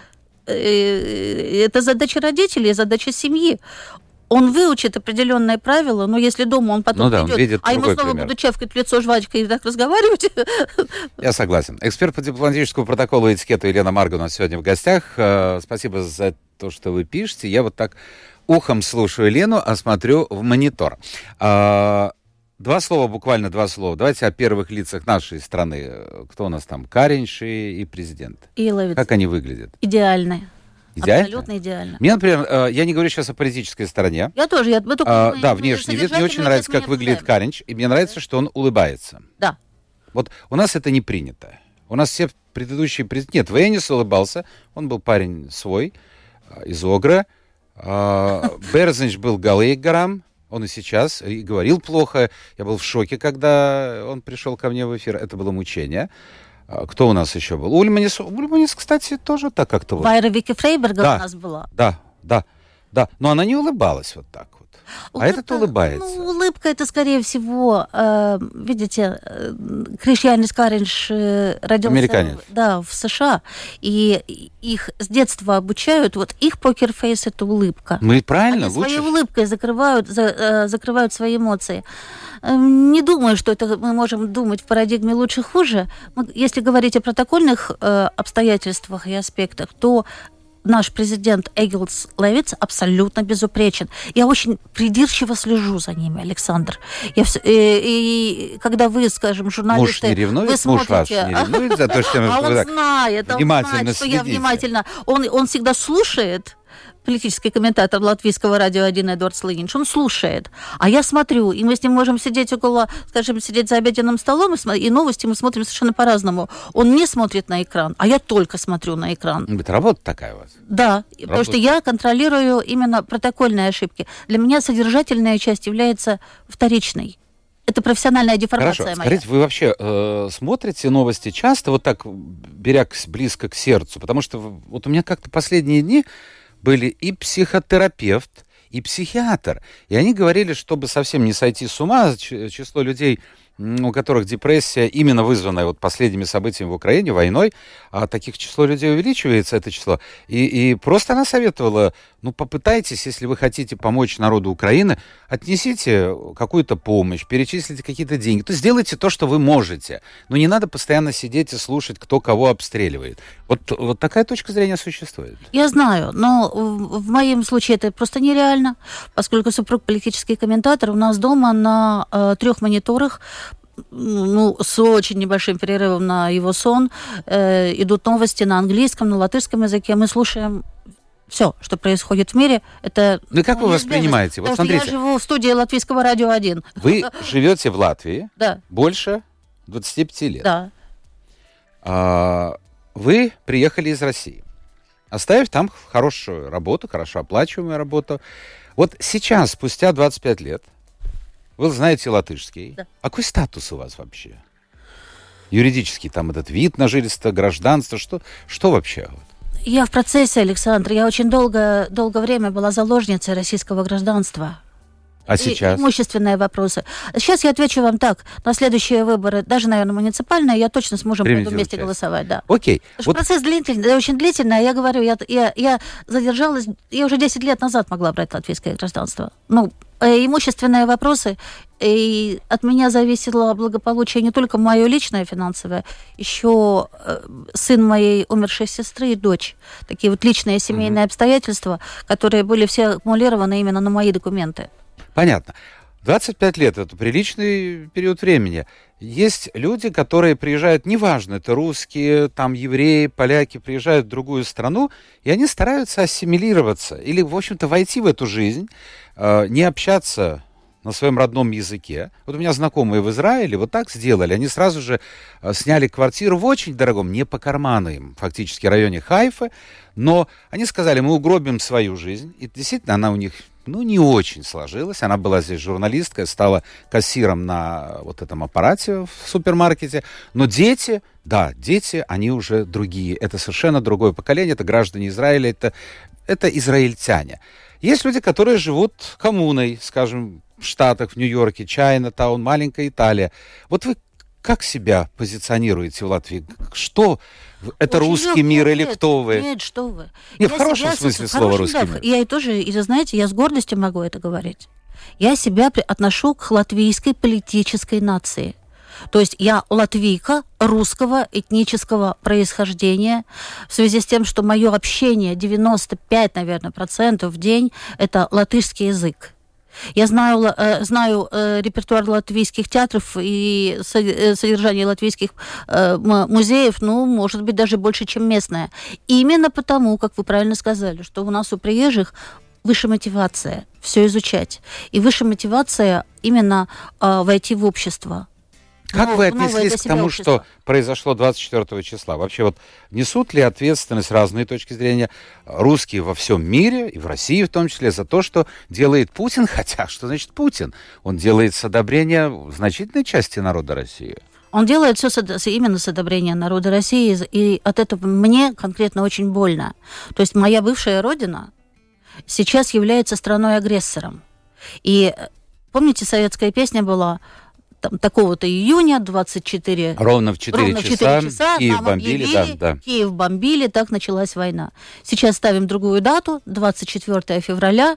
Speaker 3: Это задача родителей, задача семьи. Он выучит определенные правила, но если дома он потом
Speaker 2: ну да,
Speaker 3: придет,
Speaker 2: он видит
Speaker 3: а ему снова
Speaker 2: пример.
Speaker 3: будут чавкать в лицо жвачкой и так разговаривать.
Speaker 2: Я согласен. Эксперт по дипломатическому протоколу и этикету Елена Марга у нас сегодня в гостях. Спасибо за то, что вы пишете. Я вот так ухом слушаю Лену, а смотрю в монитор. Два слова, буквально два слова. Давайте о первых лицах нашей страны. Кто у нас там? Кариньши и президент.
Speaker 3: И Ловец.
Speaker 2: Как они выглядят?
Speaker 3: Идеальные.
Speaker 2: Идеально?
Speaker 3: Абсолютно идеально.
Speaker 2: Мне, например, я не говорю сейчас о политической стороне.
Speaker 3: Я тоже. Я, мы только
Speaker 2: а, да, внешний вид. Мне очень нравится, как выглядит Кариньш. И мне нравится, что он улыбается.
Speaker 3: Да.
Speaker 2: Вот у нас это не принято. У нас все предыдущие президенты... Нет, Венес улыбался. Он был парень свой, из Огры. Берзинч был голый горам. Он и сейчас, и говорил плохо. Я был в шоке, когда он пришел ко мне в эфир. Это было мучение. Кто у нас еще был? Ульманис, Ульманис, кстати, тоже так как-то... Вот.
Speaker 3: Вайра Вики Фрейберга
Speaker 2: да,
Speaker 3: у нас была.
Speaker 2: Да, да, да. Но она не улыбалась вот так вот.
Speaker 3: Улыбка,
Speaker 2: а этот улыбается.
Speaker 3: Ну, улыбка, это, скорее всего, э, видите, э, Кришьянис Кариньш э, родился
Speaker 2: Американец.
Speaker 3: Да, в США, и их с детства обучают, вот их покерфейс — это улыбка.
Speaker 2: Ну и правильно,
Speaker 3: Они
Speaker 2: лучше.
Speaker 3: своей улыбкой закрывают, за, э, закрывают свои эмоции. Не думаю, что это мы можем думать в парадигме лучше-хуже. Если говорить о протокольных э, обстоятельствах и аспектах, то наш президент Эгилс Левитс абсолютно безупречен. Я очень придирчиво слежу за ними, Александр. Я все, и, и когда вы, скажем, журналисты...
Speaker 2: Муж не ревнует?
Speaker 3: Вы смотрите...
Speaker 2: Муж ваш не ревнует за то, что
Speaker 3: а он
Speaker 2: так
Speaker 3: знает, он
Speaker 2: внимательно
Speaker 3: знает, что
Speaker 2: следите.
Speaker 3: я внимательно... Он, он всегда слушает. Политический комментатор латвийского радио один Эдуард Слыгинш, он слушает. А я смотрю, и мы с ним можем сидеть около, скажем, сидеть за обеденным столом, и новости мы смотрим совершенно по-разному. Он не смотрит на экран, а я только смотрю на экран.
Speaker 2: Это работа такая у вас?
Speaker 3: Да,
Speaker 2: работа.
Speaker 3: Потому что я контролирую именно протокольные ошибки. Для меня содержательная часть является вторичной. Это профессиональная деформация
Speaker 2: Хорошо.
Speaker 3: моя.
Speaker 2: Скажите, вы вообще э, смотрите новости часто, вот так, беря близко к сердцу? Потому что вот у меня как-то последние дни были и психотерапевт, и психиатр. И они говорили, чтобы совсем не сойти с ума, число людей, у которых депрессия, именно вызванная вот последними событиями в Украине, войной, а таких число людей увеличивается, это число. И, и просто она советовала, ну, попытайтесь, если вы хотите помочь народу Украины, отнесите какую-то помощь, перечислите какие-то деньги, то сделайте то, что вы можете. Но не надо постоянно сидеть и слушать, кто кого обстреливает. Вот, вот такая точка зрения существует.
Speaker 3: Я знаю, но в, в моем случае это просто нереально, поскольку супруг политический комментатор, у нас дома на э, трех мониторах, ну, с очень небольшим перерывом на его сон, э, идут новости на английском, на латышском языке. Мы слушаем все, что происходит в мире. Это,
Speaker 2: ну и как
Speaker 3: ну,
Speaker 2: вы воспринимаете? Вот смотрите.
Speaker 3: Я живу в студии Латвийского радио один.
Speaker 2: Вы живете в Латвии
Speaker 3: да.
Speaker 2: больше двадцати пяти лет.
Speaker 3: Да.
Speaker 2: А, вы приехали из России, оставив там хорошую работу, хорошо оплачиваемую работу. Вот сейчас, спустя двадцать пять лет, вы знаете латышский. Да. А какой статус у вас вообще? Юридический, там этот вид на жительство, гражданство, что, что вообще?
Speaker 3: Я в процессе, Александр. Я очень долго, долгое время была заложницей российского гражданства.
Speaker 2: А сейчас?
Speaker 3: И имущественные вопросы. Сейчас я отвечу вам так. На следующие выборы, даже, наверное, муниципальные, я точно с мужем пойду вместе голосовать. Да.
Speaker 2: Окей.
Speaker 3: Вот... Процесс длительный, очень длительный. Я говорю, я, я, я задержалась, я уже десять лет назад могла брать латвийское гражданство. Ну, имущественные вопросы, и от меня зависело благополучие не только мое личное финансовое, еще сын моей умершей сестры и дочь. Такие вот личные семейные mm-hmm. обстоятельства, которые были все аккумулированы именно на мои документы.
Speaker 2: Понятно. двадцать пять лет – это приличный период времени. Есть люди, которые приезжают, неважно, это русские, там евреи, поляки, приезжают в другую страну, и они стараются ассимилироваться или, в общем-то, войти в эту жизнь, э, не общаться на своем родном языке. Вот у меня знакомые в Израиле вот так сделали. Они сразу же э, сняли квартиру в очень дорогом, не по карману им, фактически, районе Хайфы, но они сказали, мы угробим свою жизнь, и действительно она у них... Ну, не очень сложилось. Она была здесь журналисткой, стала кассиром на вот этом аппарате в супермаркете. Но дети, да, дети, они уже другие. Это совершенно другое поколение. Это граждане Израиля, это, это израильтяне. Есть люди, которые живут коммуной, скажем, в Штатах, в Нью-Йорке, Чайна-таун, маленькая Италия. Вот вы как себя позиционируете в Латвии? Что... Это очень русский легко, мир или
Speaker 3: нет,
Speaker 2: кто вы?
Speaker 3: Нет, что вы.
Speaker 2: Нет, я в хорошем себя, смысле слова русский да, мир.
Speaker 3: Я и тоже, и, знаете, я с гордостью могу это говорить. Я себя отношу к латвийской политической нации. То есть я латвийка русского этнического происхождения в связи с тем, что мое общение девяносто пять, наверное, процентов в день – это латышский язык. Я знаю, э, знаю э, репертуар латвийских театров и содержание латвийских э, музеев, ну, может быть, даже больше, чем местное. Именно потому, как вы правильно сказали, что у нас у приезжих выше мотивация все изучать. И выше мотивация именно э, войти в общество.
Speaker 2: Как
Speaker 3: Но,
Speaker 2: вы отнеслись к тому, общество. Что произошло двадцать четвёртого числа? Вообще, вот несут ли ответственность разные точки зрения русские во всем мире, и в России в том числе, за то, что делает Путин? Хотя, что значит Путин? Он делает с одобрения значительной части народа России.
Speaker 3: Он делает все именно с одобрения народа России, и от этого мне конкретно очень больно. То есть моя бывшая родина сейчас является страной-агрессором. И помните, советская песня была... Там, такого-то июня, двадцать четыре...
Speaker 2: Ровно в четыре,
Speaker 3: ровно в
Speaker 2: часа,
Speaker 3: четыре часа
Speaker 2: Киев
Speaker 3: нам
Speaker 2: бомбили,
Speaker 3: объявили,
Speaker 2: да, да.
Speaker 3: Киев бомбили, так началась война. Сейчас ставим другую дату, двадцать четвёртого февраля.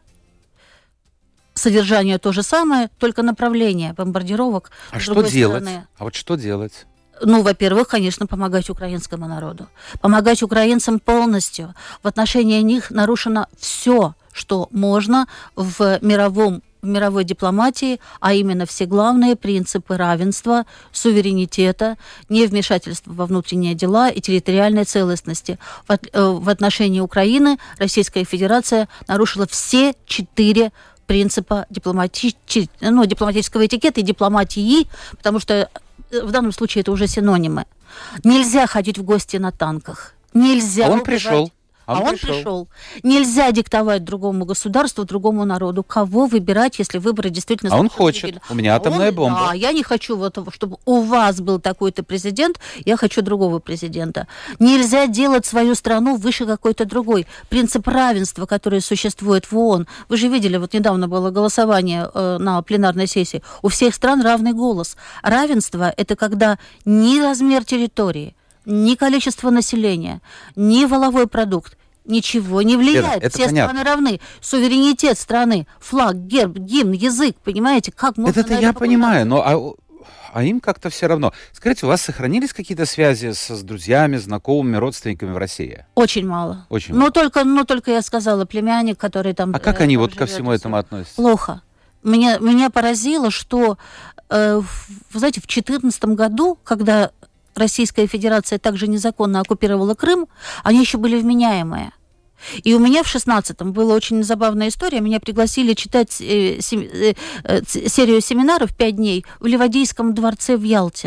Speaker 3: Содержание то же самое, только направление бомбардировок
Speaker 2: а
Speaker 3: с
Speaker 2: что
Speaker 3: другой
Speaker 2: делать?
Speaker 3: стороны.
Speaker 2: А вот что делать?
Speaker 3: Ну, во-первых, конечно, помогать украинскому народу. Помогать украинцам полностью. В отношении них нарушено все, что можно в мировом в мировой дипломатии, а именно все главные принципы равенства, суверенитета, невмешательства во внутренние дела и территориальной целостности. В, в отношении Украины Российская Федерация нарушила все четыре принципа дипломати... ну, дипломатического этикета и дипломатии, потому что в данном случае это уже синонимы. Нельзя ходить в гости на танках. Нельзя.
Speaker 2: А он
Speaker 3: убивать...
Speaker 2: пришел.
Speaker 3: А, а он пришел. пришел. Нельзя диктовать другому государству, другому народу, кого выбирать, если выборы действительно...
Speaker 2: А он хочет. У меня атомная
Speaker 3: он,
Speaker 2: бомба.
Speaker 3: Да, я не хочу, вот, чтобы у вас был такой-то президент, я хочу другого президента. Нельзя делать свою страну выше какой-то другой. Принцип равенства, который существует в ООН. Вы же видели, вот недавно было голосование э, на пленарной сессии. У всех стран равный голос. Равенство – это когда ни размер территории, ни количество населения, ни валовой продукт, ничего не влияет.
Speaker 2: Это, это
Speaker 3: Все
Speaker 2: понятно.
Speaker 3: страны равны. Суверенитет страны, флаг, герб, гимн, язык, понимаете, как можно...
Speaker 2: Это, это я понимаю, но а, а им как-то все равно. Скажите, у вас сохранились какие-то связи с, с друзьями, знакомыми, родственниками в России?
Speaker 3: Очень мало.
Speaker 2: Очень
Speaker 3: но
Speaker 2: мало.
Speaker 3: Только, но только я сказала, племянник, который там...
Speaker 2: А как
Speaker 3: э,
Speaker 2: они вот ко всему этому относятся?
Speaker 3: Плохо. Меня, меня поразило, что, э, вы знаете, в две тысячи четырнадцатом году, когда Российская Федерация также незаконно оккупировала Крым, они еще были вменяемые. И у меня в шестнадцатом была очень забавная история. Меня пригласили читать э, сем, э, э, серию семинаров пять дней в Ливадийском дворце в Ялте.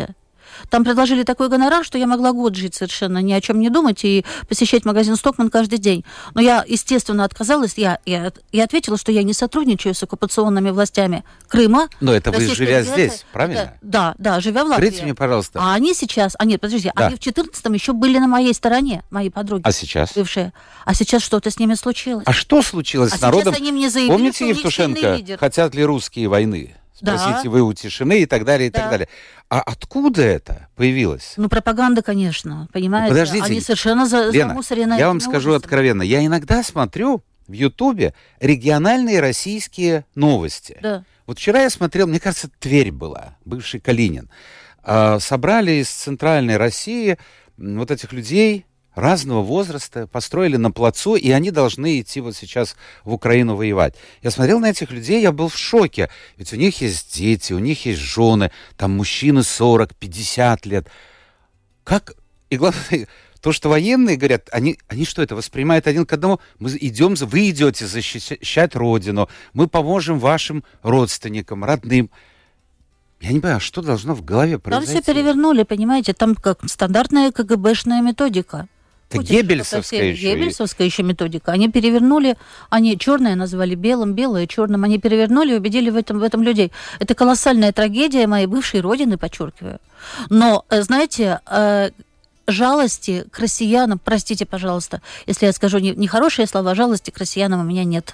Speaker 3: Там предложили такой гонорар, что я могла год жить совершенно, ни о чем не думать и посещать магазин «Стокман» каждый день. Но я, естественно, отказалась. Я, я, я ответила, что я не сотрудничаю с оккупационными властями Крыма.
Speaker 2: Но это вы, живя здесь, правильно?
Speaker 3: Это, да, да, живя в Латвии.
Speaker 2: Скажите мне, пожалуйста.
Speaker 3: А они сейчас... А нет, подождите, да. Они в четырнадцатом еще были на моей стороне, мои подруги.
Speaker 2: А сейчас?
Speaker 3: Бывшие. А сейчас что-то с ними случилось.
Speaker 2: А что случилось
Speaker 3: а
Speaker 2: с народом?
Speaker 3: Они мне заявили,
Speaker 2: помните Евтушенко? Хотят ли русские войны? Спросите, да. Вы у тишины и так далее, и да. так далее. А откуда это появилось?
Speaker 3: Ну, пропаганда, конечно, понимаете?
Speaker 2: Подождите.
Speaker 3: Они совершенно за,
Speaker 2: Лена,
Speaker 3: замусорены.
Speaker 2: Я вам скажу ужасами. откровенно. Я иногда смотрю в Ютубе региональные российские новости.
Speaker 3: Да.
Speaker 2: Вот вчера я смотрел, мне кажется, Тверь была, бывший Калинин. Собрали из центральной России вот этих людей разного возраста, построили на плацу, и они должны идти вот сейчас в Украину воевать. Я смотрел на этих людей, я был в шоке. Ведь у них есть дети, у них есть жены, там мужчины сорок, пятьдесят лет. Как? И главное, то, что военные говорят, они, они что это, воспринимают один к одному? Мы идем, вы идете защищать Родину, мы поможем вашим родственникам, родным. Я не понимаю, а что должно в голове произойти?
Speaker 3: Там все перевернули, понимаете, там как стандартная КГБшная методика.
Speaker 2: Это геббельсовская еще.
Speaker 3: Геббельсовская еще методика. Они перевернули, они черное назвали белым, белое черным. Они перевернули и убедили в этом, в этом людей. Это колоссальная трагедия моей бывшей родины, подчеркиваю. Но, знаете, жалости к россиянам, простите, пожалуйста, если я скажу нехорошие слова, жалости к россиянам у меня нет.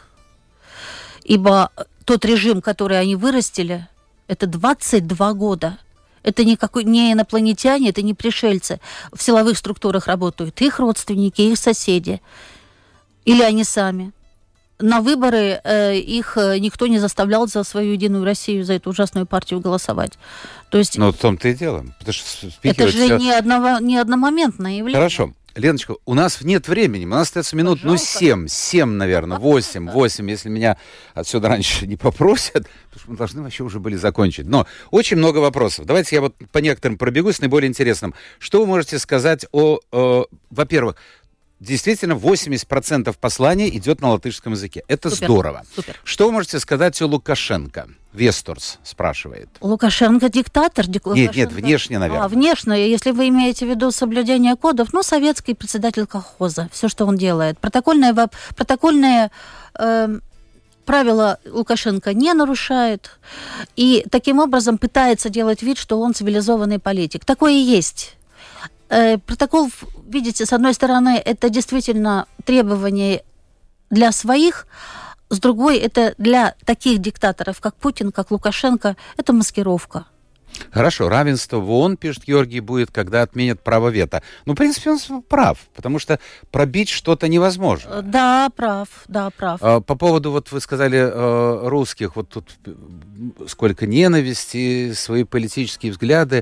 Speaker 3: Ибо тот режим, который они вырастили, это двадцать два года. Это никакой, не инопланетяне, это не пришельцы. В силовых структурах работают их родственники, их соседи. Или они сами. На выборы э, их никто не заставлял за свою Единую Россию, за эту ужасную партию голосовать. То есть...
Speaker 2: Ну, в том-то и дело.
Speaker 3: Это же все... не, одного, не одномоментное явление.
Speaker 2: Хорошо. Леночка, у нас нет времени, у нас остается минут, Пожалуйста. ну, семь, семь, наверное, восемь, восемь, если меня отсюда раньше не попросят, потому что мы должны вообще уже были закончить. Но очень много вопросов. Давайте я вот по некоторым пробегусь, наиболее интересным. Что вы можете сказать о, о во-первых, действительно, восемьдесят процентов послания идет на латышском языке. Это супер, здорово. Супер. Что вы можете сказать о Лукашенко? Весторс спрашивает.
Speaker 3: Лукашенко диктатор? Ди...
Speaker 2: Нет, нет, внешне, наверное.
Speaker 3: А, внешне, если вы имеете в виду соблюдение кодов, ну, советский председатель колхоза, все, что он делает. Протокольные, протокольные э, правила Лукашенко не нарушает, и таким образом пытается делать вид, что он цивилизованный политик. Такое и есть. Э, протокол, видите, с одной стороны, это действительно требования для своих, с другой, это для таких диктаторов, как Путин, как Лукашенко, это маскировка.
Speaker 2: Хорошо, равенство в ООН, пишет Георгий, будет, когда отменят право вето. Ну, в принципе, он прав, потому что пробить что-то невозможно.
Speaker 3: Да, прав, да, прав.
Speaker 2: А, по поводу, вот вы сказали, русских, вот тут сколько ненависти, свои политические взгляды,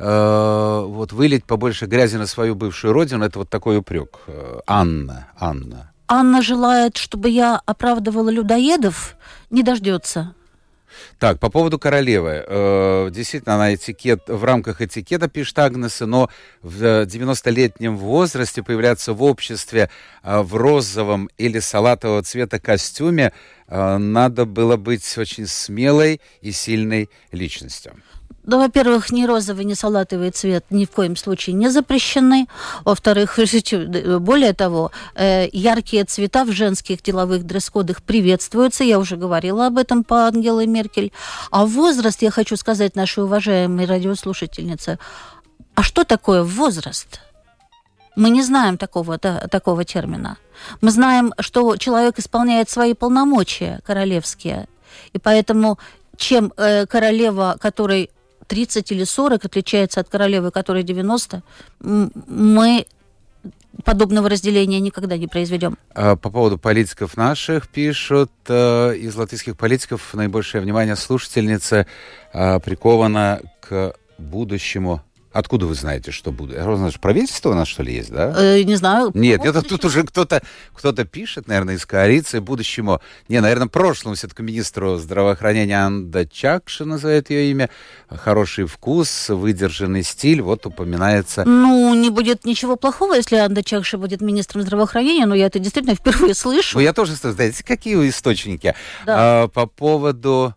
Speaker 2: вот вылить побольше грязи на свою бывшую родину, это вот такой упрек. Анна, Анна.
Speaker 3: Анна желает, чтобы я оправдывала людоедов, не дождется.
Speaker 2: Так, по поводу королевы. Э, действительно, она этикет, в рамках этикета, пишет Агнеса, но в девяностолетнем возрасте появляться в обществе э, в розовом или салатового цвета костюме э, надо было быть очень смелой и сильной личностью.
Speaker 3: Да, во-первых, ни розовый, ни салатовый цвет ни в коем случае не запрещены. Во-вторых, более того, яркие цвета в женских деловых дресс-кодах приветствуются. Я уже говорила об этом по Ангеле Меркель. А возраст, я хочу сказать нашей уважаемой радиослушательнице, а что такое возраст? Мы не знаем такого, да, такого термина. Мы знаем, что человек исполняет свои полномочия королевские. И поэтому чем э, королева, которой тридцать или сорок, отличается от королевы, которой девяносто, мы подобного разделения никогда не произведем.
Speaker 2: По поводу политиков наших пишут, из латвийских политиков наибольшее внимание слушательницы приковано к будущему. Откуда вы знаете, что будет? Правительство у нас, что ли, есть, да?
Speaker 3: Э, не знаю.
Speaker 2: Нет, это тут уже кто-то, кто-то пишет, наверное, из коалиции будущему. Не, наверное, прошлому все-таки министру здравоохранения Анда Чакши называет ее имя. Хороший вкус, выдержанный стиль, вот упоминается.
Speaker 3: Ну, не будет ничего плохого, если Анда Чакши будет министром здравоохранения, но я это действительно впервые слышу.
Speaker 2: Ну, я тоже, знаете, какие источники?
Speaker 3: Да.
Speaker 2: А, по поводу...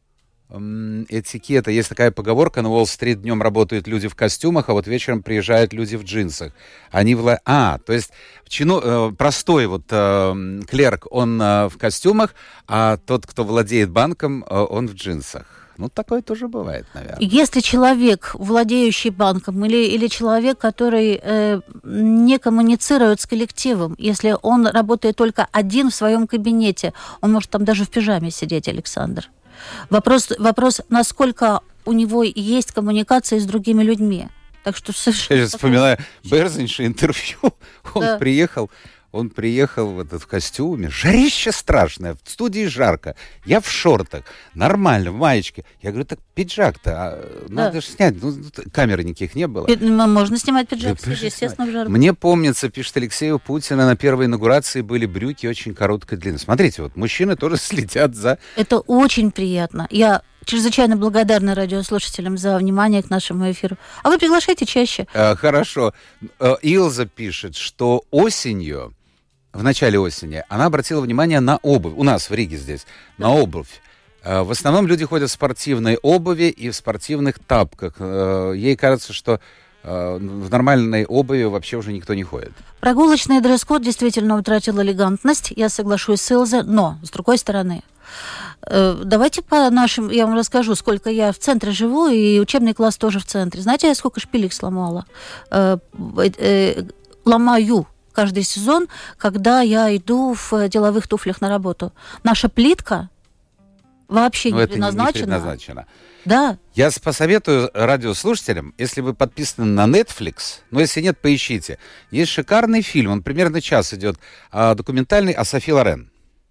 Speaker 2: этикета. Есть такая поговорка: на Уолл-стрит днем работают люди в костюмах, а вот вечером приезжают люди в джинсах. Они вла... А, то есть чину... э, простой вот э, клерк, он э, в костюмах, а тот, кто владеет банком, э, он в джинсах. Ну, такое тоже бывает, наверное.
Speaker 3: Если человек, владеющий банком, или, или человек, который э, не коммуницирует с коллективом, если он работает только один в своем кабинете, он может там даже в пижаме сидеть, Александр. Вопрос, вопрос, насколько у него есть коммуникация с другими людьми. Так что совершенно...
Speaker 2: Я сейчас вспоминаю Берзинша интервью. Он
Speaker 3: Да.
Speaker 2: приехал, он приехал в, этот, в костюме. Жарище страшное, в студии жарко. Я в шортах, нормально, в маечке. Я говорю, так пиджак-то а,
Speaker 3: Да.
Speaker 2: надо же снять. Ну, камеры никаких не было.
Speaker 3: Пи- Можно снимать пиджак,
Speaker 2: Да,
Speaker 3: естественно, в жару.
Speaker 2: Мне помнится, пишет Алексей, у Путина на первой инаугурации были брюки очень короткой длины. Смотрите, вот мужчины тоже следят за...
Speaker 3: Это очень приятно. Я чрезвычайно благодарна радиослушателям за внимание к нашему эфиру. А вы приглашайте чаще.
Speaker 2: Э, хорошо. Э, Илза пишет, что осенью, в начале осени, она обратила внимание на обувь. У нас в Риге здесь, на обувь. Э, в основном люди ходят в спортивной обуви и в спортивных тапках. Э, ей кажется, что э, в нормальной обуви вообще уже никто не ходит.
Speaker 3: Прогулочный дресс-код действительно утратил элегантность. Я соглашусь с Илзе, но, с другой стороны, э, давайте по нашим... Я вам расскажу, сколько я в центре живу, и учебный класс тоже в центре. Знаете, я сколько шпилек сломала? Э, э, ломаю каждый сезон, когда я иду в деловых туфлях на работу. Наша плитка вообще
Speaker 2: Но
Speaker 3: не
Speaker 2: это не- не
Speaker 3: предназначена.
Speaker 2: предназначено.
Speaker 3: Да.
Speaker 2: Я посоветую радиослушателям, если вы подписаны на Netflix, но если нет, поищите. Есть шикарный фильм, он примерно час идет, а, документальный о Софи Лорен.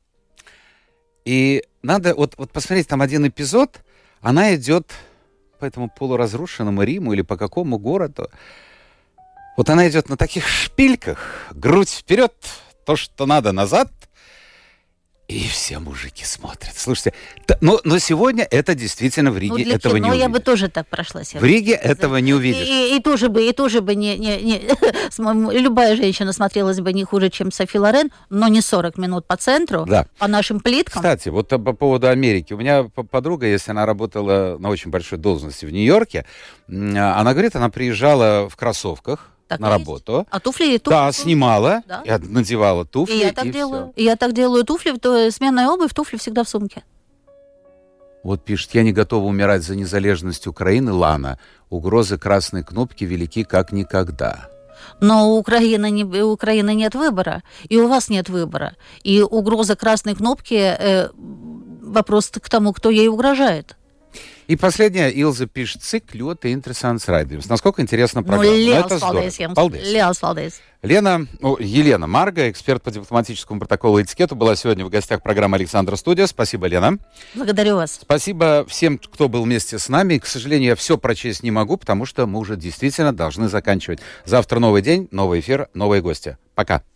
Speaker 2: И надо вот, вот посмотреть там один эпизод, она идет по этому полуразрушенному Риму или по какому городу. Вот она идет на таких шпильках, грудь вперед, то, что надо, назад. И все мужики смотрят. Слушайте, т- но, но сегодня это действительно в Риге
Speaker 3: Ну, для
Speaker 2: этого
Speaker 3: кино
Speaker 2: не
Speaker 3: я бы
Speaker 2: увидишь.
Speaker 3: тоже так прошлась. я
Speaker 2: В
Speaker 3: бы
Speaker 2: Риге
Speaker 3: сказала.
Speaker 2: этого не увидишь.
Speaker 3: И, и, и тоже бы, и тоже бы не, не, не см- любая женщина смотрелась бы не хуже, чем Софи Лорен, но не сорок минут по центру,
Speaker 2: Да.
Speaker 3: по нашим плиткам.
Speaker 2: Кстати, вот по поводу Америки. У меня п- подруга, если она работала на очень большой должности в Нью-Йорке, м, она говорит, она приезжала в кроссовках
Speaker 3: Так
Speaker 2: на
Speaker 3: и есть.
Speaker 2: работу.
Speaker 3: А туфли и туфли.
Speaker 2: Да, снимала,
Speaker 3: Да.
Speaker 2: и от- надевала туфли,
Speaker 3: И я так
Speaker 2: и
Speaker 3: делаю.
Speaker 2: всё.
Speaker 3: И я так делаю туфли, то сменная обувь, туфли всегда в сумке.
Speaker 2: Вот пишет, я не готова умирать за незалежность Украины, Лана. Угрозы красной кнопки велики как никогда.
Speaker 3: Но у Украины, не, у Украины нет выбора, и у вас нет выбора. И угроза красной кнопки э, вопрос к тому, кто ей угрожает.
Speaker 2: И последнее, Илза пишет, цик, ļoti интересants raidījums. Насколько интересна
Speaker 3: Ну,
Speaker 2: программа. Ну,
Speaker 3: liels
Speaker 2: это здорово.
Speaker 3: paldies jums.
Speaker 2: Paldies.
Speaker 3: Liels paldies.
Speaker 2: Лена, ну, Елена Марга, эксперт по дипломатическому протоколу и этикету, была сегодня в гостях программы «Александра Студия». Спасибо, Лена.
Speaker 3: Благодарю вас.
Speaker 2: Спасибо всем, кто был вместе с нами. К сожалению, я все прочесть не могу, потому что мы уже действительно должны заканчивать. Завтра новый день, новый эфир, новые гости. Пока.